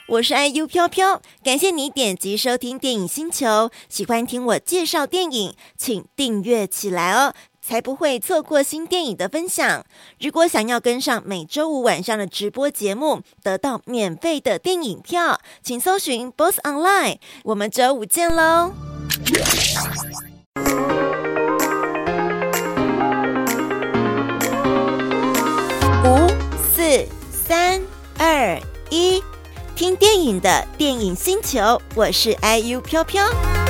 我是IU 飘飘，感谢你点击收听电影星球。喜欢听我介绍电影，请订阅起来哦，才不会错过新电影的分享。如果想要跟上每周五晚上的直播节目，得到免费的电影票，请搜寻 Boss Online。我们周五见喽！5、4、3、2、1，听电影的电影星球，我是 IU 飘飘。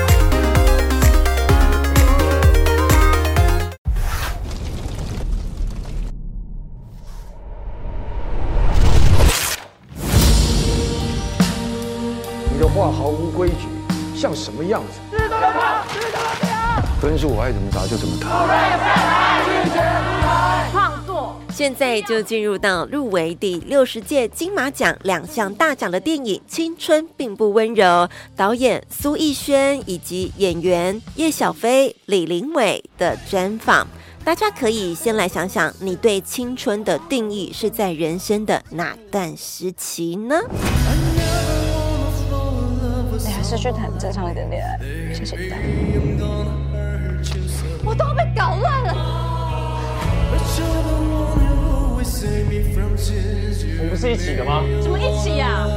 你的话毫无规矩，像什么样子？分数我爱怎么打就怎么打。 创作。 现在就进入到入围第60届金马奖2项大奖的电影《青春并不温柔》，导演苏艺轩以及演员叶小霏、李林伟的专访。大家可以先来想想，你对青春的定义是在人生的哪段时期呢？ 你还是去谈正常一点恋爱，谢谢大家。我都被搞乱了。 我们不是一起的吗？ 怎么一起呀？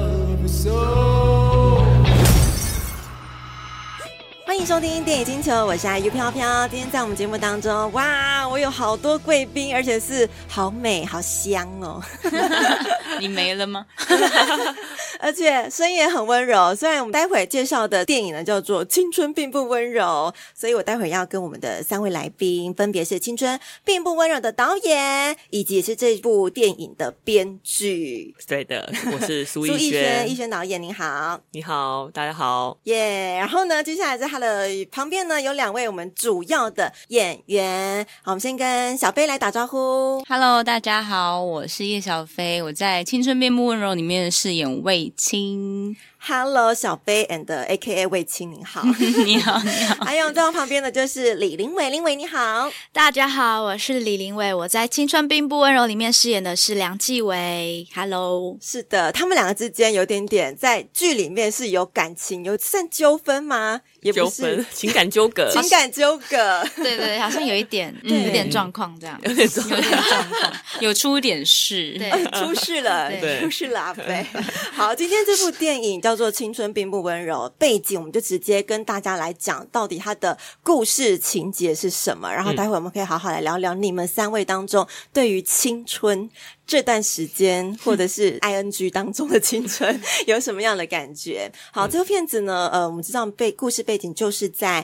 欢迎收听电影星球，我是IU飘飘。今天在我们节目当中，哇，我有好多贵宾，而且是好美好香哦。 你没了吗？ 而且声音也很温柔。虽然我们待会介绍的电影呢叫做《青春并不温柔》，所以我待会要跟我们的3位来宾，分别是《青春并不温柔》的导演，以及是这部电影的编剧。 对的，我是苏苏艺轩， 艺艺轩导演，你好。 你好，大家好， 耶、然后呢，接下来在他的旁边呢有2位我们主要的演员。好，我们先跟小霏来打招呼。 Hello， 大家好，我是叶小霏，我在《青春并不温柔》里面饰演魏青。 Hello， 小霏 and AKA 魏青，你好。 你好，你好。 还有在我旁边的就是李林伟，林伟你好。 大家好，我是李林伟，我在《青春并不温柔》里面饰演的是梁继伟。Hello， 是的，他们2个之间有点在剧里面是有感情，有算纠纷吗？也不是， 纠纷，情感纠葛， 情感纠葛。 对对，好像有一点，有点状况这样， 有点状况，有出一点事， 对， 出事了，出事了，阿霏。好，今天这部电影叫做《青春并不温柔》，背景我们就直接跟大家来讲，到底它的故事情节是什么，然后待会我们可以好好来聊聊你们3位当中对于青春这段时间或者是 ING 当中的青春有什么样的感觉。好，这部片子呢我们知道故事背景就是在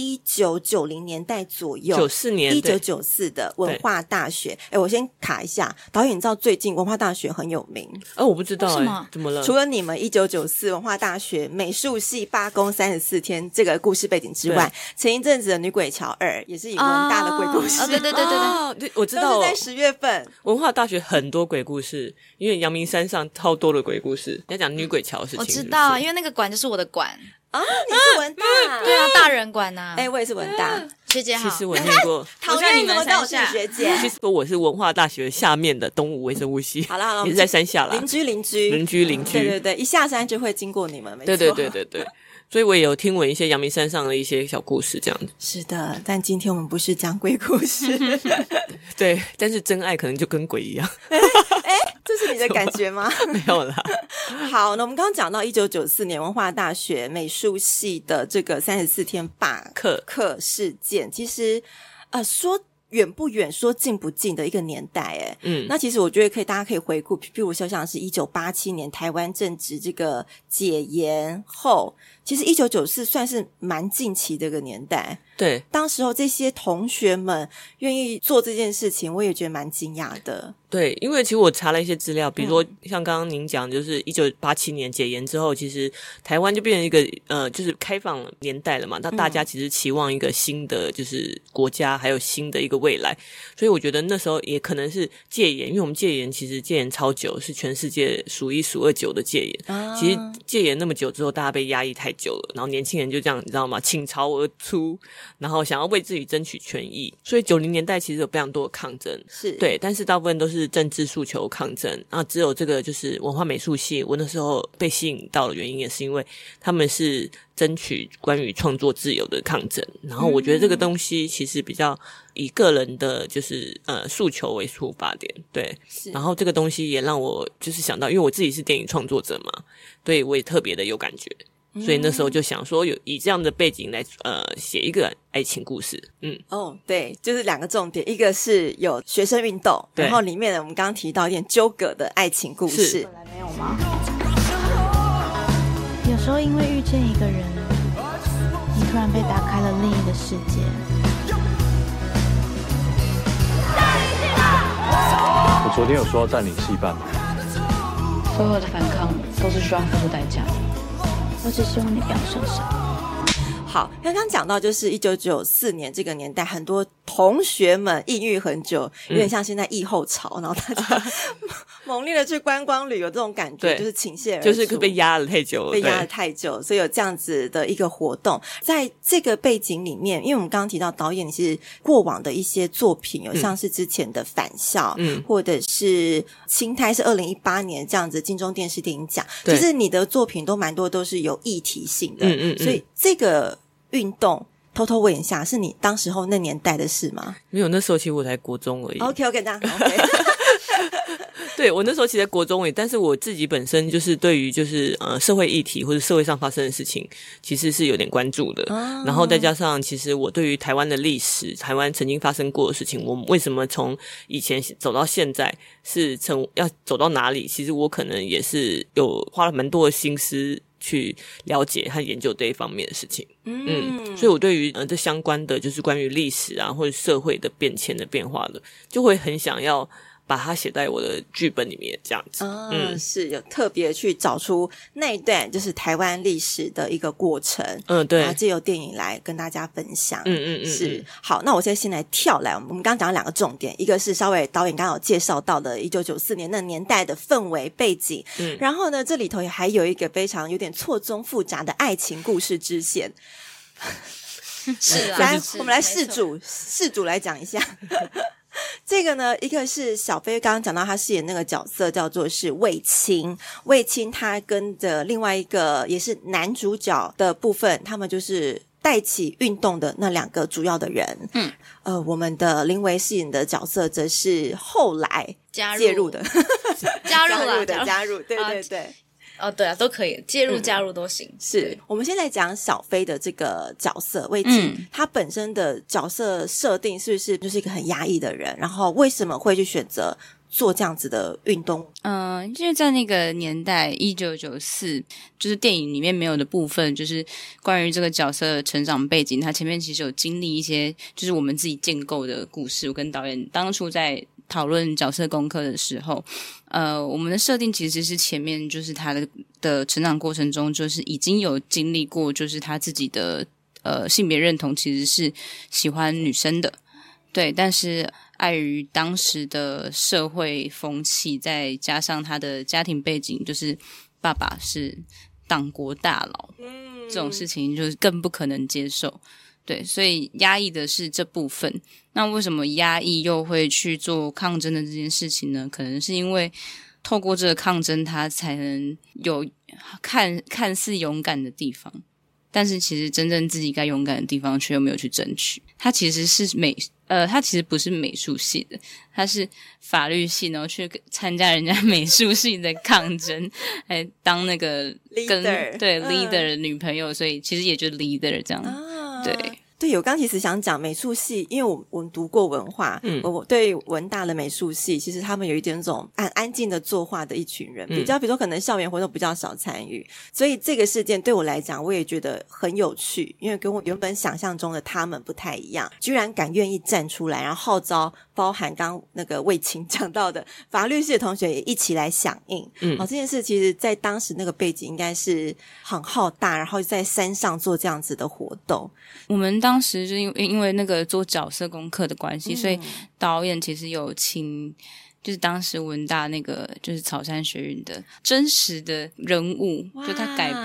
1990年代左右 ，94年 1994的文化大学。我先卡一下，导演你知道最近文化大学很有名我不知道什么怎么了？ 除了你们1994文化大学美术系罢工34天这个故事背景之外，前一阵子的女鬼桥2也是以文大的鬼故事对对对对对，我知道都是在10月份文化大学很多鬼故事，因为阳明山上超多的鬼故事。要讲女鬼桥的事情， 我知道，因为那个馆就是我的馆啊，你是文大对啊，大人馆啊。 我也是文大学姐好。 其实我念过， 讨厌你怎么叫我是学姐？ 其实我是文化大学下面的东吴微生物系， 好了， 也是在山下啦， 邻居，对对对，一下山就会经过你们，没错， 对。所以我也有听闻一些阳明山上的一些小故事，这样子。 是的，但今天我们不是讲鬼故事， 对，但是真爱可能就跟鬼一样。 这是你的感觉吗？ 没有啦。 好，那我们刚刚讲到1994年文化大学美术系的这个34天罢课事件，其实说远不远，说近不近的一个年代那其实我觉得大家可以回顾，譬如说像是1987年台湾正值这个解严后，其实1994算是蛮近期的一个年代。 对， 当时候这些同学们愿意做这件事情，我也觉得蛮惊讶的。 对，因为其实我查了一些资料，比如说像刚刚您讲，就是1987年解严之后，其实台湾就变成一个就是开放年代了嘛，那大家其实期望一个新的就是国家，还有新的一个未来，所以我觉得那时候也可能是戒严，因为我们戒严其实戒严超久，是全世界数1数2久的戒严。其实戒严那么久之后，大家被压抑太久了，然后年轻人就这样你知道吗，倾巢而出，然后想要为自己争取权益，所以90年代其实有非常多的抗争， 是对，但是大部分都是政治诉求抗争，然后只有这个就是文化美术系，我那时候被吸引到的原因也是因为他们是争取关于创作自由的抗争，然后我觉得这个东西其实比较以个人的就是诉求为出发点，对，然后这个东西也让我就是想到，因为我自己是电影创作者嘛，对，我也特别的有感觉，所以那时候就想说以这样的背景来写一个爱情故事。 对，就是2个重点，一个是有学生运动，然后里面呢我们刚刚提到一点纠葛的爱情故事。 本来没有吗？有时候因为遇见一个人，你突然被打开了另一个世界。 我昨天有说要占领戏班吗？ 所有的反抗都是需要付出代价的。我只希望你不要受伤。 好，刚刚讲到就是1994年这个年代，很多同学们抑郁很久，有点像现在疫后潮，然后大家猛烈的去观光旅游这种感觉，就是倾泻而出， 就是被压了太久了， 被压了太久，所以有这样子的一个活动。在这个背景里面，因为我们刚刚提到导演你是过往的一些作品，有像是之前的返校，或者是青苔是2018年这样子金钟电视电影奖，其实你的作品都蛮多都是有议题性的，所以这个运动偷偷问一下，是你当时候那年代的事吗？ 没有，那时候其实我才国中而已。 OK， 这样 OK 对，我那时候其实在国中而已，但是我自己本身就是对于就是社会议题或者社会上发生的事情，其实是有点关注的。然后再加上，其实我对于台湾的历史，台湾曾经发生过的事情，我为什么从以前走到现在是要走到哪里，其实我可能也是有花了蛮多的心思去了解和研究这一方面的事情。所以我对于这相关的就是关于历史啊或者社会的变迁的变化的，就会很想要把它写在我的剧本里面这样子。 是有特别去找出那一段就是台湾历史的一个过程， 对， 然后藉由电影来跟大家分享。是。好，那我先来跳来，我们刚刚讲了2个重点，一个是稍微导演刚刚有介绍到的1994年那年代的氛围背景，然后呢这里头也还有一个非常有点错综复杂的爱情故事支线。 是啊， 来我们来事主来讲一下这个呢，一个是小飞刚刚讲到他饰演那个角色叫做是卫青，他跟着另外一个也是男主角的部分，他们就是带起运动的那2个主要的人。我们的林维饰演的角色则是后来介入的加入对对对。 对啊，都可以介入加入都行。 是我们现在讲小飞的这个角色魏晋，他本身的角色设定是不是就是一个很压抑的人，然后为什么会去选择做这样子的运动？ 就是在那个年代1994，就是电影里面没有的部分，就是关于这个角色的成长背景，他前面其实有经历一些就是我们自己建构的故事。我跟导演当初在讨论角色功课的时候，我们的设定其实是前面就是他的成长过程中，就是已经有经历过，就是他自己的性别认同其实是喜欢女生的，对，但是碍于当时的社会风气，再加上他的家庭背景，就是爸爸是党国大佬，这种事情就是更不可能接受。对，所以压抑的是这部分。那为什么压抑又会去做抗争的这件事情呢？可能是因为透过这个抗争，他才能有看似勇敢的地方，但是其实真正自己该勇敢的地方却又没有去争取。他其实是他其实不是美术系的，他是法律系，然后去参加人家美术系的抗争，来当那个leader的女朋友，所以其实也就 leader 这样。 对，我刚其实想讲美术系，因为我们读过文化，我对文大的美术系，其实他们有一点那种安静的作画的一群人，比如说可能校园活动比较少参与，所以这个事件对我来讲，我也觉得很有趣，因为跟我原本想象中的他们不太一样，居然敢愿意站出来，然后号召包含刚那个魏青讲到的法律系的同学也一起来响应。这件事其实在当时那个背景应该是很浩大，然后在山上做这样子的活动。 我们当时就因为那个做角色功课的关系，所以导演其实有请就是当时文大那个就是草山学运的真实的人物，就他改编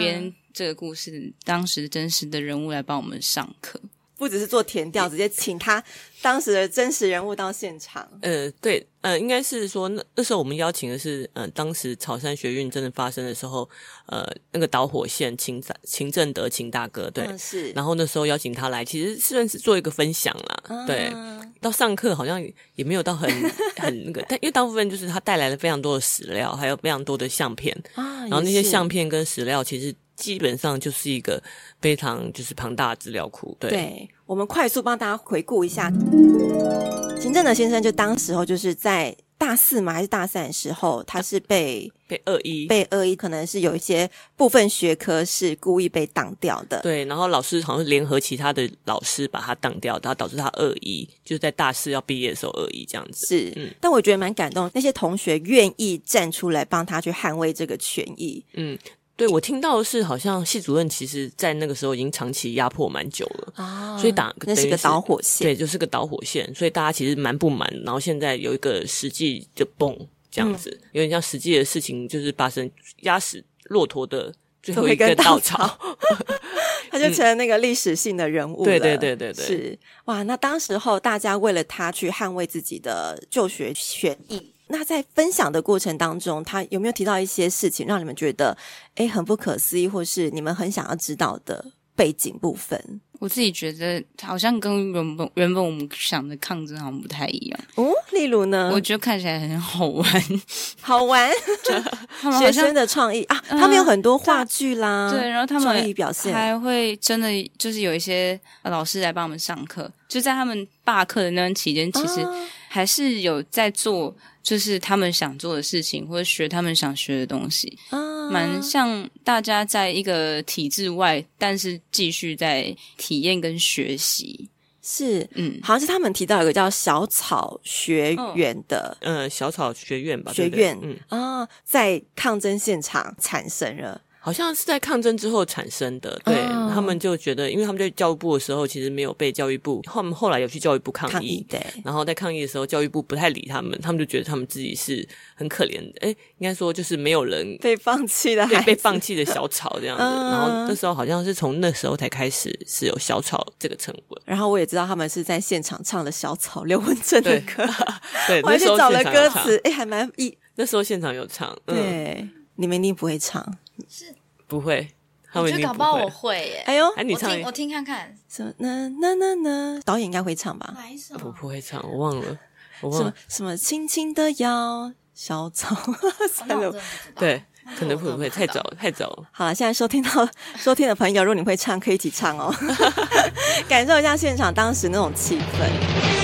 这个故事当时真实的人物来帮我们上课。 不只是做田调，直接请他当时的真实人物到现场。 对，应该是说那时候我们邀请的是当时草山学运真的发生的时候，那个导火线秦正德秦大哥，对， 是。 然后那时候邀请他来，其实算是做一个分享啦，对。到上课好像也没有到很那个，但因为大部分就是他带来了非常多的史料，还有非常多的相片然后那些相片跟史料其实基本上就是一个非常就是庞大的资料库。 对，我们快速帮大家回顾一下，秦正德先生就当时候就是在大4嘛还是大3的时候，他是被恶意，可能是有一些部分学科是故意被当掉的。 对，然后老师好像是联合其他的老师把他当掉，然后导致他恶意，就是在大4要毕业的时候恶意这样子。 是，但我觉得蛮感动，那些同学愿意站出来帮他去捍卫这个权益。 对，我听到的是好像系主任其实在那个时候已经长期压迫蛮久了所以那是个导火线。 对，就是个导火线，所以大家其实蛮不满，然后现在有一个实际就蹦这样子有点像实际的事情就是发生，压死骆驼的最后一根稻草他就成了那个历史性的人物了。 对是。哇，那当时候大家为了他去捍卫自己的就学权益，那在分享的过程当中，他有没有提到一些事情让你们觉得很不可思议，或是你们很想要知道的背景部分？ 我自己觉得好像跟原本我们想的抗争好像不太一样例如呢？ 我觉得看起来很好玩好玩学生的创意他们有很多话剧啦， 对，然后他们创意表现还会真的就是有一些老师来帮我们上课，就在他们罢课的那段期间，其实还是有在做就是他们想做的事情，或者学他们想学的东西蛮像大家在一个体制外，但是继续在体验跟学习。 是好像是他们提到有一个叫小草学院的小草学院吧， 学院在抗争现场产生了， 好像是在抗争之后产生的。对，他们就觉得因为他们在教育部的时候其实没有被教育部，他们后来有去教育部抗议对， 然后在抗议的时候教育部不太理他们，他们就觉得他们自己是很可怜的，应该说就是没有人被放弃的孩子， 被放弃的小草这样子然后那时候好像是从那时候才开始是有小草这个称谓。 然后我也知道他们是在现场唱的小草刘文正的歌对， 我还去找了歌词还蛮那时候现场有唱对，你们一定不会唱。 是不会，他们一定不会。 我觉得搞不好我会耶。 哎呦， 你唱我听看看。 什么那导演应该会唱吧？ 哪一首？ 我不会唱，我忘了。 什么轻轻的摇小草对，可能不会，太早了。 好了，现在收听的朋友，如果你会唱，可以一起唱哦，感受一下现场当时那种气氛。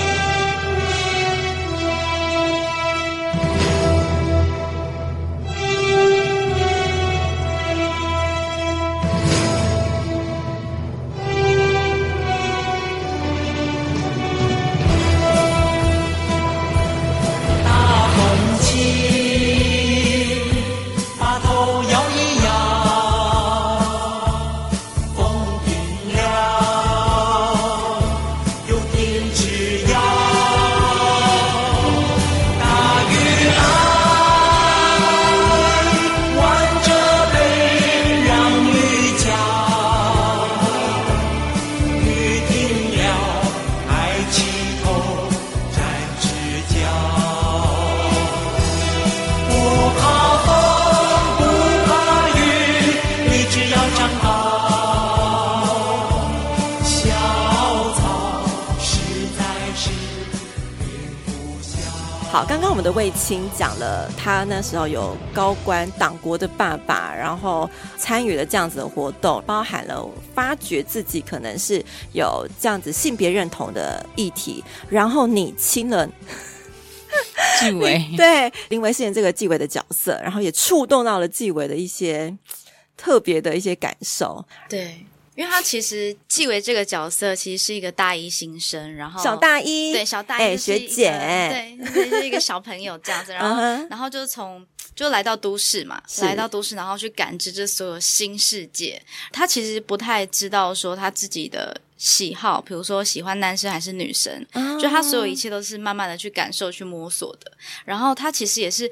好，刚刚我们的卫青讲了他那时候有高官党国的爸爸，然后参与了这样子的活动，包含了发觉自己可能是有这样子性别认同的议题，然后你亲了纪委对林维饰演这个纪委的角色，然后也触动到了纪委的一些特别的一些感受。 对，因为他其实纪委这个角色其实是一个大一新生，然后小大一， 对，小大一就是学姐， 对，就是一个小朋友这样子，然后就来到都市嘛，来到都市，然后去感知这所有新世界。他其实不太知道说他自己的喜好，比如说喜欢男生还是女生，就他所有一切都是慢慢的去感受去摸索的。然后他其实也是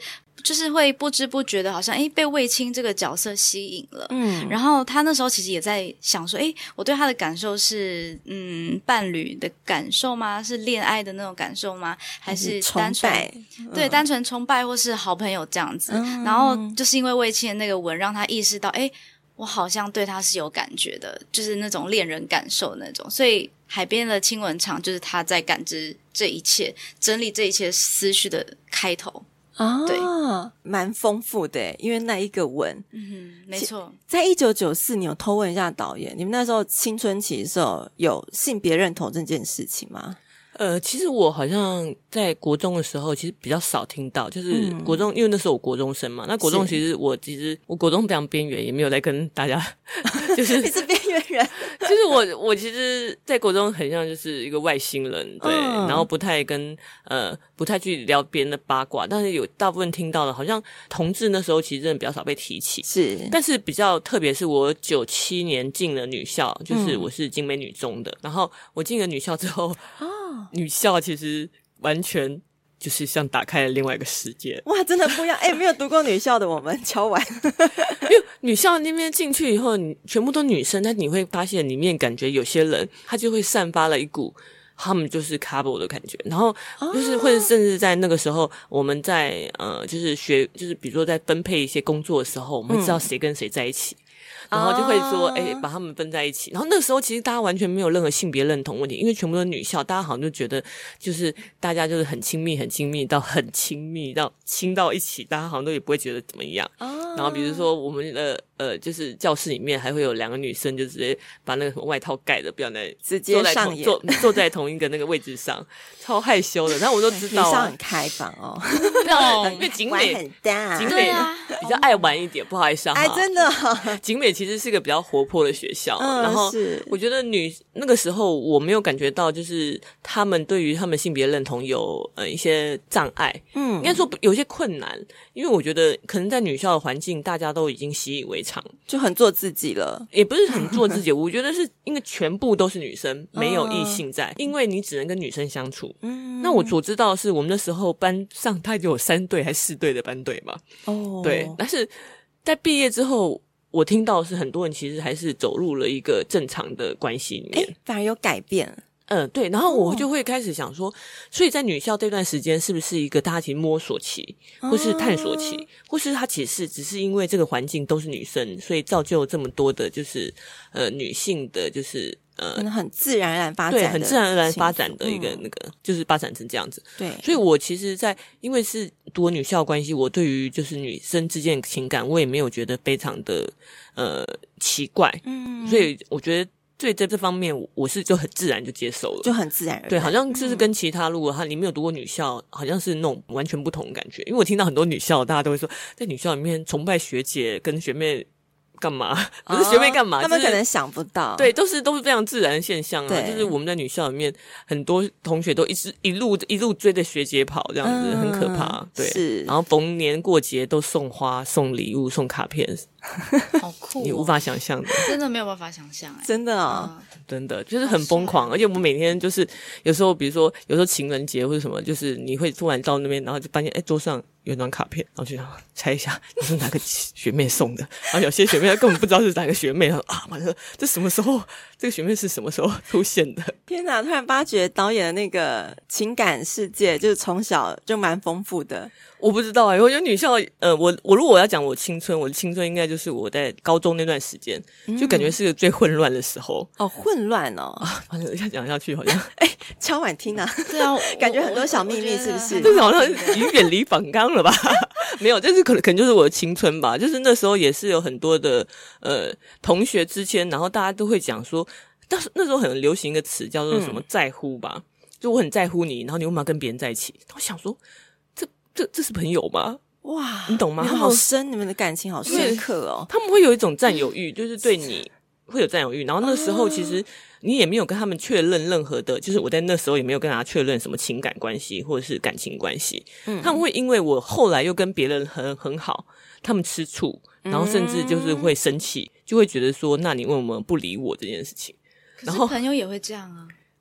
就是会不知不觉的好像被魏青这个角色吸引了。然后他那时候其实也在想说我对他的感受是伴侣的感受吗？是恋爱的那种感受吗？还是单纯对单纯崇拜或是好朋友这样子？然后就是因为魏青的那个文让他意识到我好像对他是有感觉的，就是那种恋人感受那种，所以海边的亲吻场就是他在感知这一切，整理这一切思绪的开头。对， 蛮丰富的，因为那一个吻， 没错。 在1994年，我偷问一下导演，你们那时候青春期的时候有性别认同这件事情吗？ 其实我好像在国中的时候，其实比较少听到，就是国中，因为那时候我国中生嘛。那国中其实我国中非常边缘，也没有在跟大家，就是你是边缘人， 就是我其实，在国中很像就是一个外星人，对，然后不太去聊别人的八卦，但是有大部分听到的，好像同志那时候其实真的比较少被提起， 是， 但是比较特别是我97年进了女校，就是我是景美女中的，然后我进了女校之后，女校其实完全就是像打开了另外一个世界。 哇，真的不一样！没有读过女校的我们敲完， 因为女校那边进去以后，你全部都女生，但你会发现里面感觉有些人他就会散发了一股他们就是 couple 的感觉，然后就是或者甚至在那个时候，我们在就是比如说在分配一些工作的时候，我们会知道谁跟谁在一起。然后就会说把他们分在一起。然后那个时候其实大家完全没有任何性别认同问题，因为全部都是女校，大家好像就觉得就是大家就是很亲密到很亲密到亲到一起，大家好像都也不会觉得怎么样。然后比如说我们的就是教室里面还会有2个女生就直接把那个什么外套盖的，不要在直接上演坐在同一个那个位置上，超害羞的。然后我都知道女校很开放因为景美很大， 景美比较爱玩一点，不好意思真的景美其实是个比较活泼的学校，然后我觉得那个时候我没有感觉到就是他们对于他们性别认同有一些障碍，应该说有一些困难，因为我觉得可能在女校的环境大家都已经习以为常， 就很做自己了， 也不是很做自己我觉得是因为全部都是女生，没有异性在，因为你只能跟女生相处。那我所知道的是我们那时候班上大概就有3队还4队的班队嘛，对，但是在毕业之后我听到的是很多人其实还是走入了一个正常的关系里面， 反而有改变。 对，然后我就会开始想说，所以在女校这段时间是不是一个大家其实摸索期，或是探索期，或是它其实只是因为这个环境都是女生，所以造就这么多的就是女性的就是可能很自然而然发展的， 对，很自然而然发展的一个那个就是发展成这样子。 对， 所以我其实因为是读女校关系，我对于就是女生之间的情感我也没有觉得非常的奇怪，所以我觉得对这方面我是就很自然就接受了， 就很自然而然。 对，好像就是跟其他如果你没有读过女校，好像是那种完全不同的感觉。因为我听到很多女校，大家都会说，在女校里面崇拜学姐跟学妹干嘛？不是学妹干嘛？ 他们可能想不到， 对，都是非常自然的现象啊。就是我们在女校里面，很多同学都一路追着学姐跑，这样子很可怕。对， 是。 然后逢年过节都送花、送礼物、送卡片。 好酷你无法想象的， 真的没有办法想象真的真的就是很疯狂，而且我们每天就是有时候比如说有时候情人节或者什么，就是你会突然到那边，然后就发现桌上有一张卡片，然后就猜一下这是哪个学妹送的，然后有些学妹根本不知道是哪个学妹，然后完了这什么时候这个学妹是什么时候出现的。 天哪，突然发觉导演的那个情感世界就是从小就蛮丰富的。 我不知道我觉得女校我如果要讲我的青春应该就是我在高中那段时间，就感觉是个最混乱的时候。 混乱反正要讲下去好像敲碗听啊， 对啊， 感觉很多小秘密是不是？ 就是好像已经远离访纲了吧没有，就是可能就是我的青春吧，就是那时候也是有很多的同学之间，然后大家都会讲说，但是那时候很流行一个词叫做什么在乎吧，就我很在乎你，然后你为什么要跟别人在一起？我想说这是朋友吗？ 哇， 你懂吗？ 你们好深，你们的感情好深刻哦。 他们会有一种占有欲，就是对你会有占有欲，然后那时候其实你也没有跟他们确认任何的，就是我在那时候也没有跟他确认什么情感关系或者是感情关系。他们会因为我后来又跟别人很好，他们吃醋，然后甚至就是会生气，就会觉得说，那你为什么不理我这件事情？ 可是朋友也会这样啊。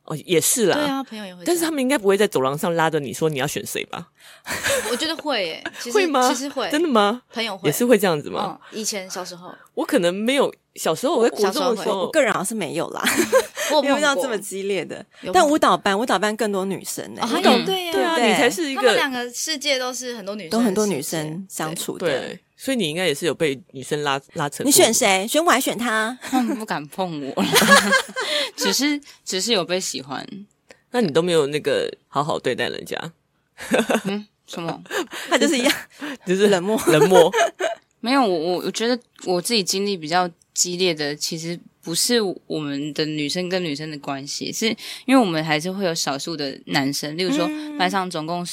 哦，也是啦， 对啊，朋友也会， 但是他们应该不会在走廊上拉着你说你要选谁吧？ 我觉得会耶， 会吗？ 其实会， 真的吗？ 朋友会也是会这样子吗？ 以前小时候， 我可能没有，小时候我在国中的时候， 我个人好像是没有啦，没有遇到这么激烈的。但舞蹈班更多女生对啊，你才是一个， 他们两个世界都是很多女生， 都很多女生相处的。 对，所以你应该也是有被女生拉扯。 你选谁？选我还选他？ 他们不敢碰我，只是有被喜欢。 那你都没有那个好好对待人家？ 什么？ 他就是一样， 就是冷漠。 没有，我觉得我自己经历比较激烈的，其实不是我们的女生跟女生的关系，是因为我们还是会有少数的男生，例如说班上总共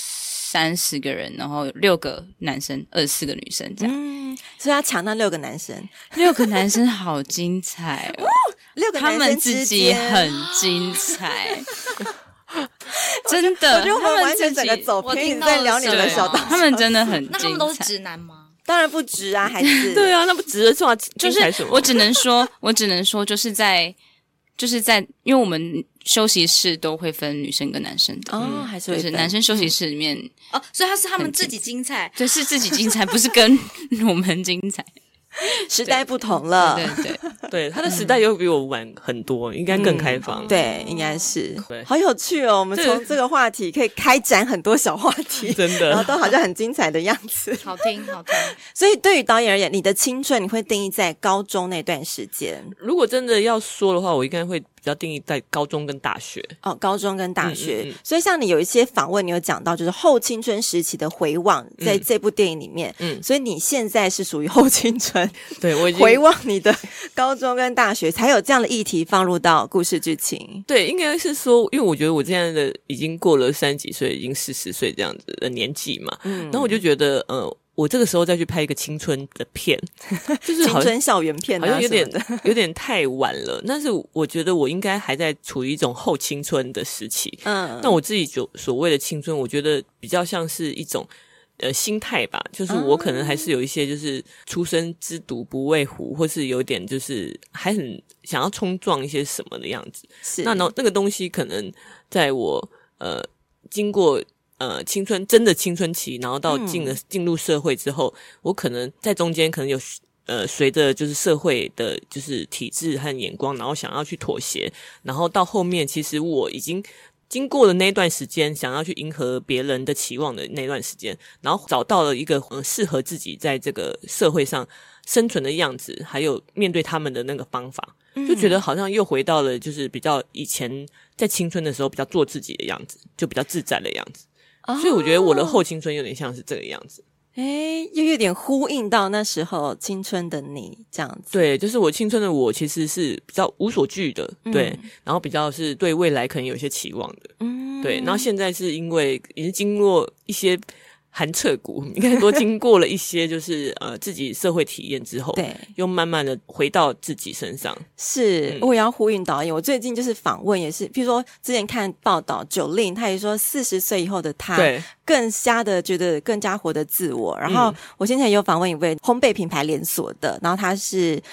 30个人，然后6个男生，24个女生这样。 所以要抢那6个男生 ，6个男生好精彩哦 ，6个男生他们自己很精彩。真的， 我觉得我们完全整个走偏，一直在聊你们的小道。 他们真的很精彩。 那他们都是直男吗？ 当然不直啊，孩子。 对啊，那不直的话， 就是我只能说，就是在，因为我们休息室都会分女生跟男生的还是就是男生休息室里面所以他们自己精彩， 对，是自己精彩，不是跟我们精彩。 时代不同了， 对，他的时代又比我晚很多，应该更开放。 对，应该是。好有趣哦！我们从这个话题可以开展很多小话题， 真的， 然后都好像很精彩的样子， 好听。 所以对于导演而言，你的青春你会定义在高中那段时间？ 如果真的要说的话，我应该会比较定义在高中跟大学。 高中跟大学。所以像你有一些访问，你有讲到就是后青春时期的回望，在这部电影里面。所以你现在是属于后青春。 对，我已经回望你的高中跟大学，才有这样的议题放入到故事剧情。 对，应该是说，因为我觉得我现在的已经过了30几岁，已经40岁这样子的年纪嘛。然后我就觉得，我这个时候再去拍一个青春的片，就是青春校园片， 好像有点太晚了。但是我觉得我应该还在处于一种后青春的时期。那我自己所谓的青春，我觉得比较像是一种。心态吧，就是我可能还是有一些就是初生之犊不畏虎，或是有点就是还很想要冲撞一些什么的样子。是那个东西可能在我经过青春真的青春期，然后到进入社会之后，我可能在中间可能有随着就是社会的就是体制和眼光，然后想要去妥协，然后到后面其实我已经过了那段时间，想要去迎合别人的期望的那段时间，然后找到了一个适合自己在这个社会上生存的样子，还有面对他们的那个方法，就觉得好像又回到了就是比较以前在青春的时候比较做自己的样子，就比较自在的样子。所以我觉得我的后青春有点像是这个样子。 又有点呼应到那时候青春的你这样子。 对，就是我青春的我其实是比较无所惧的，对，然后比较是对未来可能有一些期望的，对。然后现在是因为已经经过一些寒彻骨，应该说经过了一些就是自己社会体验之后，对，又慢慢的回到自己身上。 是，我也要呼应导演。我最近就是访问也是，譬如说之前看报道，9令他也说40岁以后的他，对，更加的觉得更加活得自我。然后我先前也有访问一位烘焙品牌连锁的，然后他是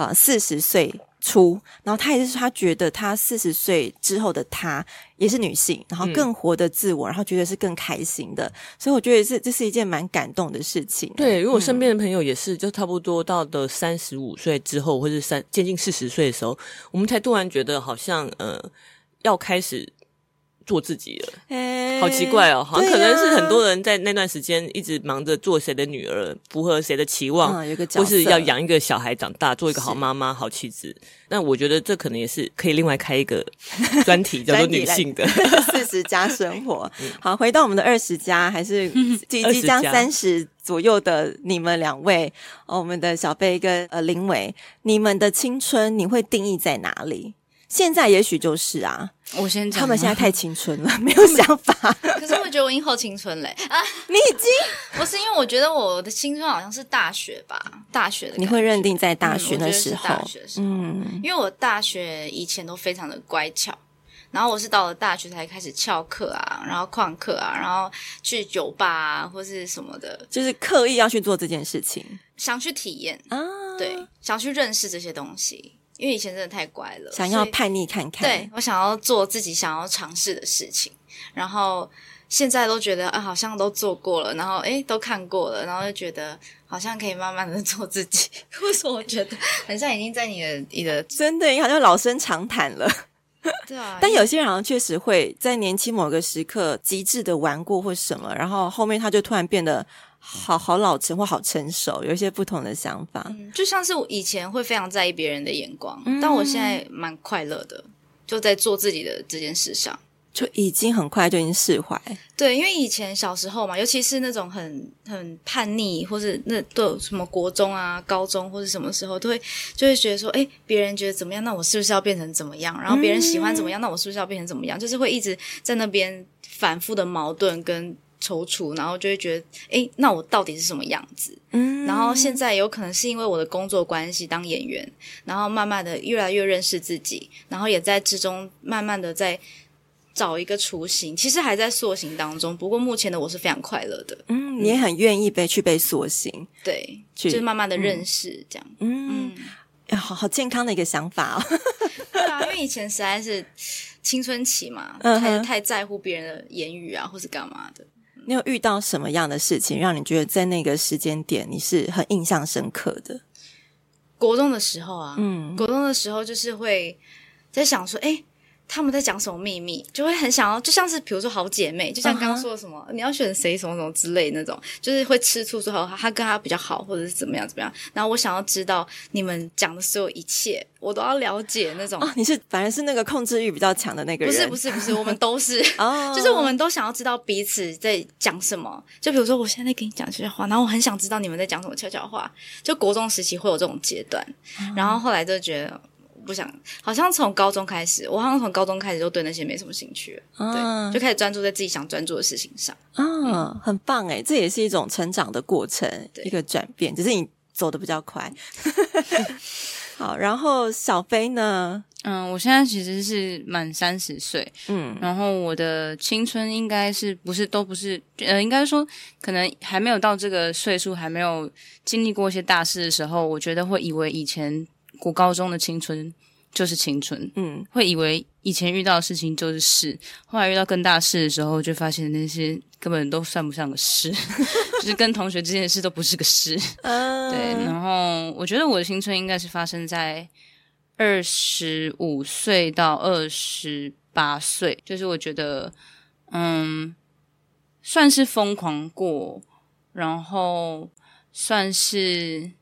40岁初，然后他也是说他觉得他40岁之后的他也是女性，然后更活得自我，然后觉得是更开心的，所以我觉得这是一件蛮感动的事情。 对，因为我身边的朋友也是，就差不多到的35岁之后，或是接近40岁的时候，我们才突然觉得好像要开始做自己了，好奇怪哦，好像可能是很多人在那段时间一直忙着做谁的女儿，符合谁的期望， 有个角色， 或是要养一个小孩长大，做一个好妈妈、好妻子。那我觉得这可能也是可以另外开一个专题，叫做女性的 40加生活。好，回到我们的20加，还是即将30左右的你们两位，我们的小贝跟林伟，你们的青春你会定义在哪里？现在也许就是我先讲， 他们现在太青春了，没有想法。 可是我觉得我已经后青春嘞你已经不是，因为我觉得我的青春好像是大学吧，大学的感觉。 你会认定在大学的时候？ 我觉得是大学的时候，因为我大学以前都非常的乖巧，然后我是到了大学才开始翘课然后旷课然后去酒吧或是什么的， 就是刻意要去做这件事情， 想去体验对，想去认识这些东西。 因为以前真的太乖了， 想要叛逆看看。 对，我想要做自己想要尝试的事情，然后现在都觉得好像都做过了，然后都看过了，然后就觉得好像可以慢慢的做自己。为什么我觉得很像已经在你的真的好像老生常谈了。 对啊， 但有些人好像确实会在年轻某个时刻极致的玩过或什么，然后后面他就突然变得好老成或好成熟，有一些不同的想法。 就像是我以前会非常在意别人的眼光，但我现在蛮快乐的，就在做自己的这件事上， 就已经很快就已经释怀。 对，因为以前小时候嘛，尤其是那种很叛逆，或是那都有什么国中啊、高中或是什么时候，就会觉得说，别人觉得怎么样，那我是不是要变成怎么样？然后别人喜欢怎么样，那我是不是要变成怎么样？就是会一直在那边反复的矛盾跟踌躇，然后就会觉得，那我到底是什么样子？然后现在有可能是因为我的工作关系当演员，然后慢慢的越来越认识自己，然后也在之中慢慢的在找一个雏形，其实还在塑形当中，不过目前的我是非常快乐的。 你也很愿意被塑形， 对，就是慢慢的认识这样。 好健康的一个想法哦。 对啊，因为以前实在是青春期嘛，太在乎别人的言语啊，或是干嘛的。 你有遇到什么样的事情让你觉得在那个时间点你是很印象深刻的？ 国中的时候啊，国中的时候就是会在想说，他们在讲什么秘密，就会很想要，就像是比如说好姐妹，就像刚刚说的什么你要选谁什么什么之类的那种，就是会吃醋说他跟他比较好，或者是怎么样，然后我想要知道你们讲的所有一切，我都要了解那种。 你是反而是那个控制欲比较强的那个人？ 不是，我们都是就是我们都想要知道彼此在讲什么。就比如说我现在跟你讲悄悄话，然后我很想知道你们在讲什么悄悄话。就国中时期会有这种阶段，然后后来就觉得不想，好像从高中开始，我好像从高中开始就对那些没什么兴趣了，对，就开始专注在自己想专注的事情上。 很棒耶，这也是一种成长的过程，一个转变，只是你走得比较快。好，然后小飞呢？ 我现在其实是满30岁，然后我的青春应该是都不是，应该说可能还没有到这个岁数，还没有经历过一些大事的时候，我觉得会以为以前国高中的青春就是青春，会以为以前遇到的事情就是事，后来遇到更大的事的时候，就发现那些根本都算不上个事，就是跟同学之间的事都不是个事。对，然后我觉得我的青春应该是发生在25岁到28岁，就是我觉得算是疯狂过，然后算是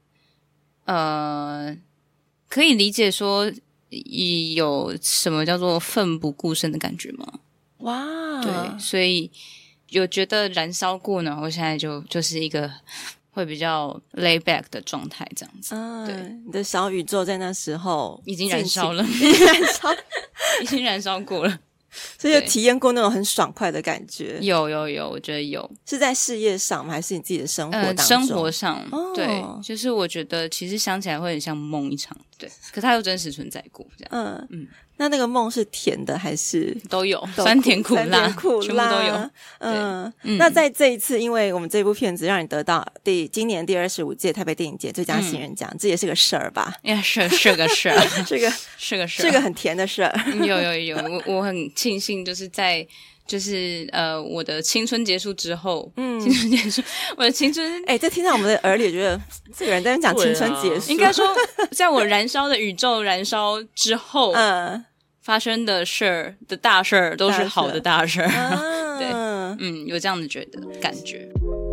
可以理解说有什么叫做奋不顾身的感觉吗？哇，对，所以有觉得燃烧过呢，我现在就是一个会比较 lay back 的状态这样子。对， 你的小宇宙在那时候已经燃烧了，已经燃烧过了。 所以有体验过那种很爽快的感觉？有， 我觉得有。 是在事业上吗？还是你自己的生活当中？ 生活上，对，就是我觉得其实想起来会很像梦一场，对，可它又真实存在过，这样。 那个梦是甜的还是都有？酸甜苦辣全部都有。 那在这一次，因为我们这部片子让你得到今年第25届台北电影节最佳新人奖，这也是个事儿吧？ 是个事儿，是个事儿， 是个很甜的事儿。 有，我很庆幸，就是在我的青春结束之后，青春结束，我的青春， 这听到我们的耳里，觉得这个人在讲青春结束， 应该说，在我燃烧的宇宙燃烧之后，发生的事儿的大事儿都是好的大事儿，对，有这样的感觉。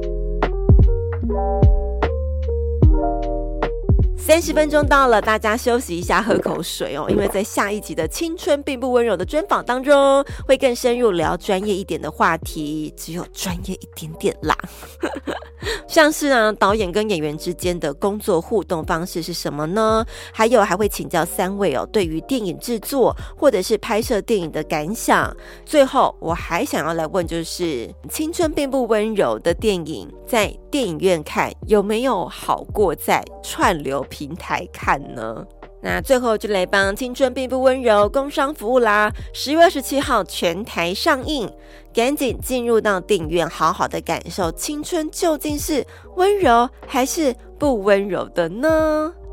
30分钟到了，大家休息一下，喝口水哦。因为在下一集的《青春并不温柔》的专访当中，会更深入聊专业一点的话题，只有专业一点点啦。像是呢，导演跟演员之间的工作互动方式是什么呢？还会请教3位对于电影制作或者是拍摄电影的感想。最后，我还想要来问，就是《青春并不温柔》的电影在电影院看有没有好过在串流平台看呢？那最后就来帮《青春并不温柔》工商服务啦！10月27号全台上映，赶紧进入到电影院，好好的感受青春究竟是温柔还是不温柔的呢？